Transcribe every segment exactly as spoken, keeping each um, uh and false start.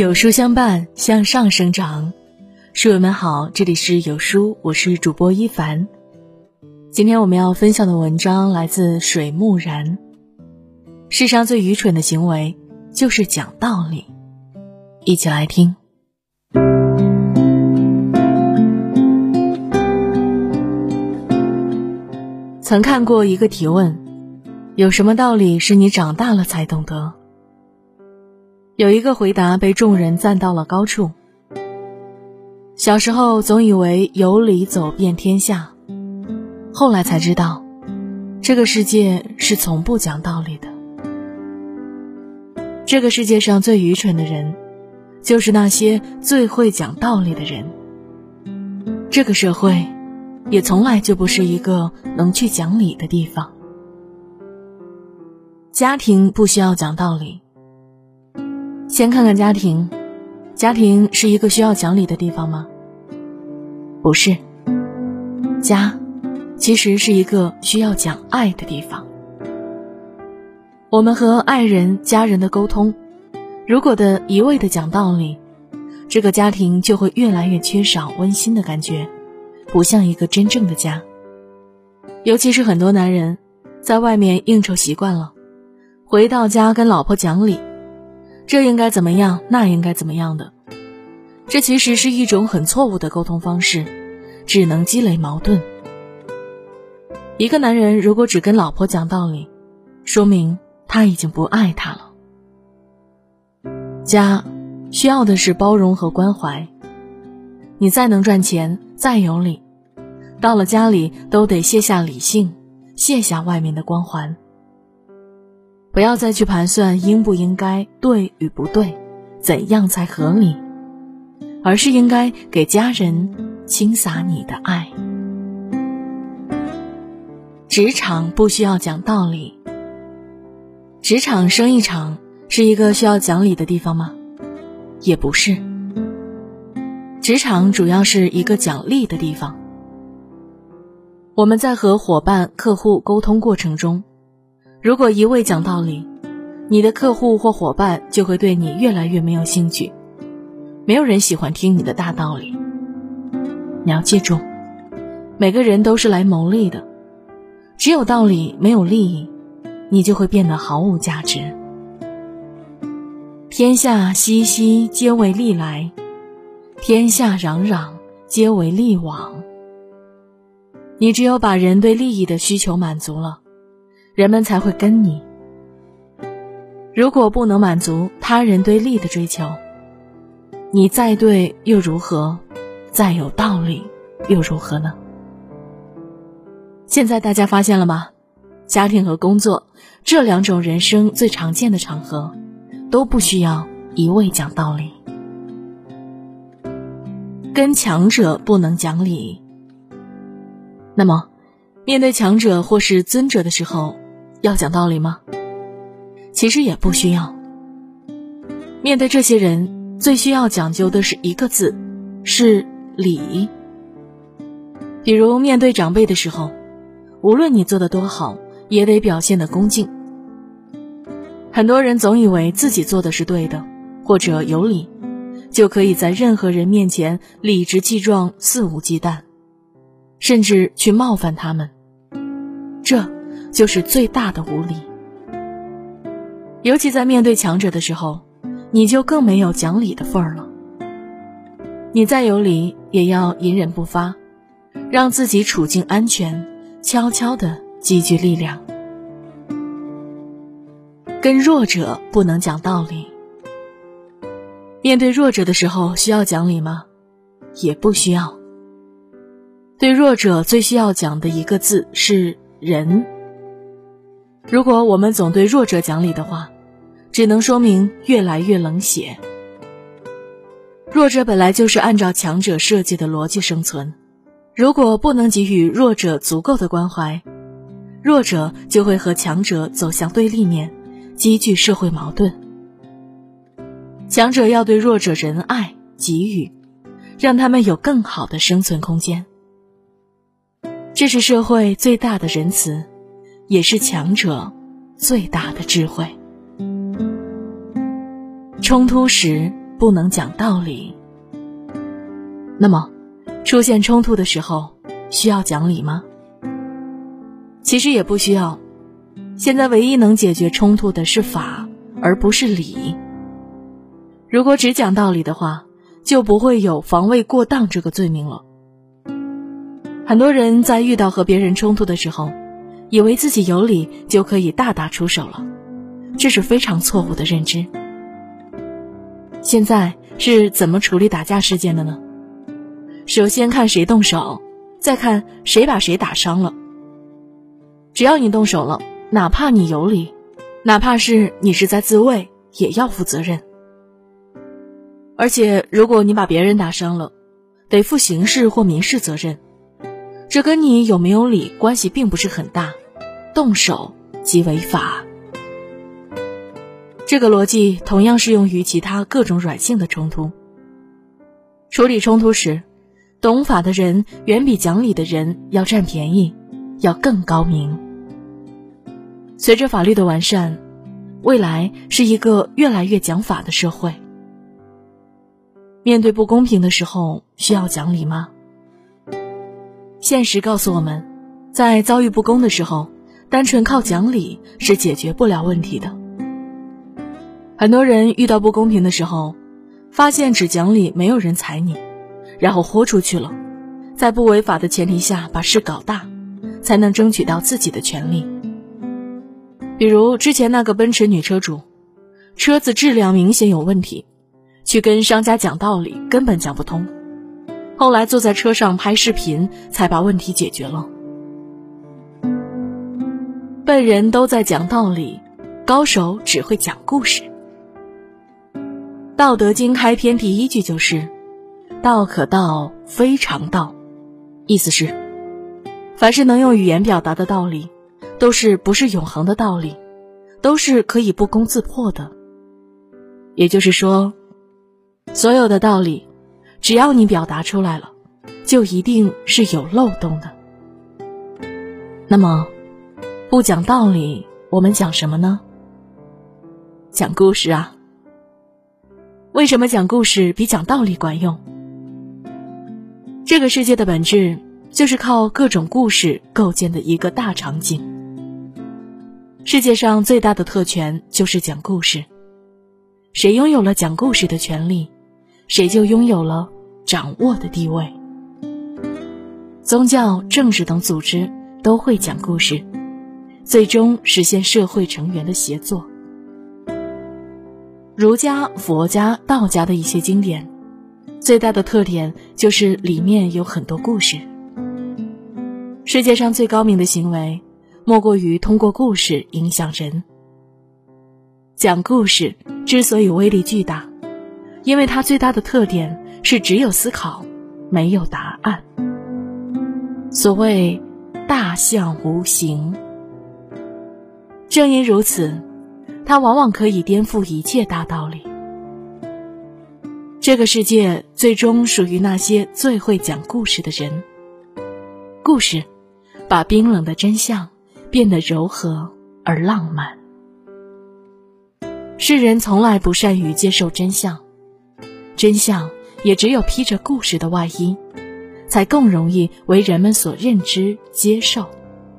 有书相伴，向上生长。书友们好，这里是有书，我是主播一凡。今天我们要分享的文章来自水木然。世上最愚蠢的行为就是讲道理。一起来听。曾看过一个提问，有什么道理是你长大了才懂得？有一个回答被众人赞到了高处。小时候总以为有理走遍天下，后来才知道，这个世界是从不讲道理的。这个世界上最愚蠢的人，就是那些最会讲道理的人。这个社会也从来就不是一个能去讲理的地方。家庭不需要讲道理。先看看家庭，家庭是一个需要讲理的地方吗？不是，家其实是一个需要讲爱的地方。我们和爱人、家人的沟通，如果的一味的讲道理，这个家庭就会越来越缺少温馨的感觉，不像一个真正的家。尤其是很多男人在外面应酬习惯了，回到家跟老婆讲理，这应该怎么样，那应该怎么样的。这其实是一种很错误的沟通方式，只能积累矛盾。一个男人如果只跟老婆讲道理，说明他已经不爱她了。家需要的是包容和关怀。你再能赚钱，再有理，到了家里都得卸下理性，卸下外面的光环。不要再去盘算应不应该，对与不对，怎样才合理，而是应该给家人倾洒你的爱。职场不需要讲道理。职场生意场是一个需要讲理的地方吗？也不是。职场主要是一个讲利的地方。我们在和伙伴、客户沟通过程中，如果一味讲道理，你的客户或伙伴就会对你越来越没有兴趣。没有人喜欢听你的大道理。你要记住，每个人都是来谋利的，只有道理没有利益，你就会变得毫无价值。天下熙熙，皆为利来；天下攘攘，皆为利往。你只有把人对利益的需求满足了，人们才会跟你。如果不能满足他人对利的追求，你再对又如何？再有道理又如何呢？现在大家发现了吗？家庭和工作这两种人生最常见的场合，都不需要一味讲道理。跟强者不能讲理。那么面对强者或是尊者的时候，要讲道理吗？其实也不需要。面对这些人，最需要讲究的是一个字，是理。比如面对长辈的时候，无论你做得多好，也得表现得恭敬。很多人总以为自己做的是对的，或者有理，就可以在任何人面前理直气壮、肆无忌惮，甚至去冒犯他们。这就是最大的无理。尤其在面对强者的时候，你就更没有讲理的份儿了。你再有理，也要隐忍不发，让自己处境安全，悄悄地积聚力量。跟弱者不能讲道理。面对弱者的时候，需要讲理吗？也不需要。对弱者最需要讲的一个字是仁。如果我们总对弱者讲理的话，只能说明越来越冷血。弱者本来就是按照强者设计的逻辑生存，如果不能给予弱者足够的关怀，弱者就会和强者走向对立面，积聚社会矛盾。强者要对弱者仁爱给予，让他们有更好的生存空间。这是社会最大的仁慈，也是强者最大的智慧。冲突时不能讲道理。那么，出现冲突的时候，需要讲理吗？其实也不需要。现在唯一能解决冲突的是法，而不是理。如果只讲道理的话，就不会有防卫过当这个罪名了。很多人在遇到和别人冲突的时候，以为自己有理就可以大打出手了，这是非常错误的认知。现在是怎么处理打架事件的呢？首先看谁动手，再看谁把谁打伤了。只要你动手了，哪怕你有理，哪怕是你是在自卫，也要负责任。而且如果你把别人打伤了，得负刑事或民事责任，这跟你有没有理关系并不是很大，动手即违法。这个逻辑同样适用于其他各种软性的冲突。处理冲突时，懂法的人远比讲理的人要占便宜，要更高明。随着法律的完善，未来是一个越来越讲法的社会。面对不公平的时候，需要讲理吗？现实告诉我们，在遭遇不公的时候，单纯靠讲理是解决不了问题的。很多人遇到不公平的时候，发现只讲理没有人踩你，然后豁出去了，在不违法的前提下把事搞大，才能争取到自己的权利。比如之前那个奔驰女车主，车子质量明显有问题，去跟商家讲道理根本讲不通，后来坐在车上拍视频才把问题解决了。笨人都在讲道理，高手只会讲故事。道德经开篇第一句就是道可道非常道，意思是凡是能用语言表达的道理，都是不是永恒的道理，都是可以不攻自破的。也就是说，所有的道理只要你表达出来了，就一定是有漏洞的。那么不讲道理，我们讲什么呢？讲故事啊。为什么讲故事比讲道理管用？这个世界的本质就是靠各种故事构建的一个大场景。世界上最大的特权就是讲故事，谁拥有了讲故事的权利，谁就拥有了掌握的地位。宗教、政治等组织都会讲故事，最终实现社会成员的协作。儒家、佛家、道家的一些经典，最大的特点就是里面有很多故事。世界上最高明的行为，莫过于通过故事影响人。讲故事之所以威力巨大，因为它最大的特点是只有思考，没有答案。所谓大象无形，正因如此，它往往可以颠覆一切大道理。这个世界最终属于那些最会讲故事的人。故事把冰冷的真相变得柔和而浪漫。世人从来不善于接受真相，真相也只有披着故事的外衣，才更容易为人们所认知接受。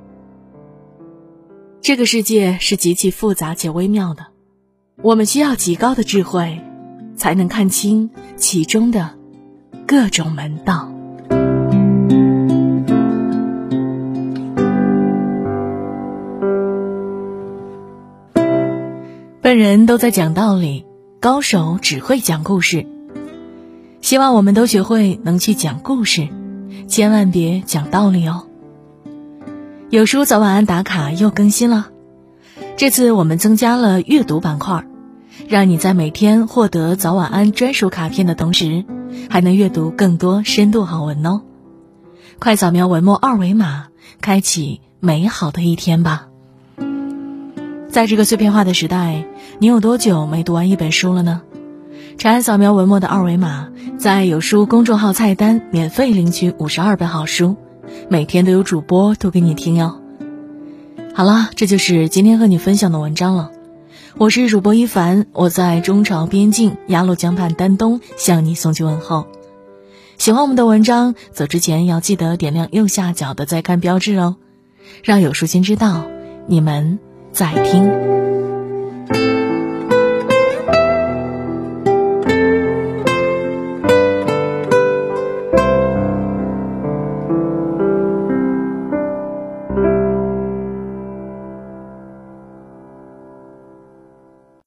这个世界是极其复杂且微妙的，我们需要极高的智慧，才能看清其中的各种门道。笨人都在讲道理，高手只会讲故事。希望我们都学会能去讲故事，千万别讲道理哦。有书早晚安打卡又更新了，这次我们增加了阅读板块，让你在每天获得早晚安专属卡片的同时，还能阅读更多深度好文哦。快扫描文末二维码，开启美好的一天吧。在这个碎片化的时代，你有多久没读完一本书了呢？长按扫描文末的二维码，在有书公众号菜单免费领取五十二本好书，每天都有主播读给你听哟。好了，这就是今天和你分享的文章了。 我是主播一凡，我在中朝边境鸭绿江畔丹东向你送去问候。喜欢我们的文章，走之前要记得点亮右下角的再看标志哦，让有书君知道你们在听。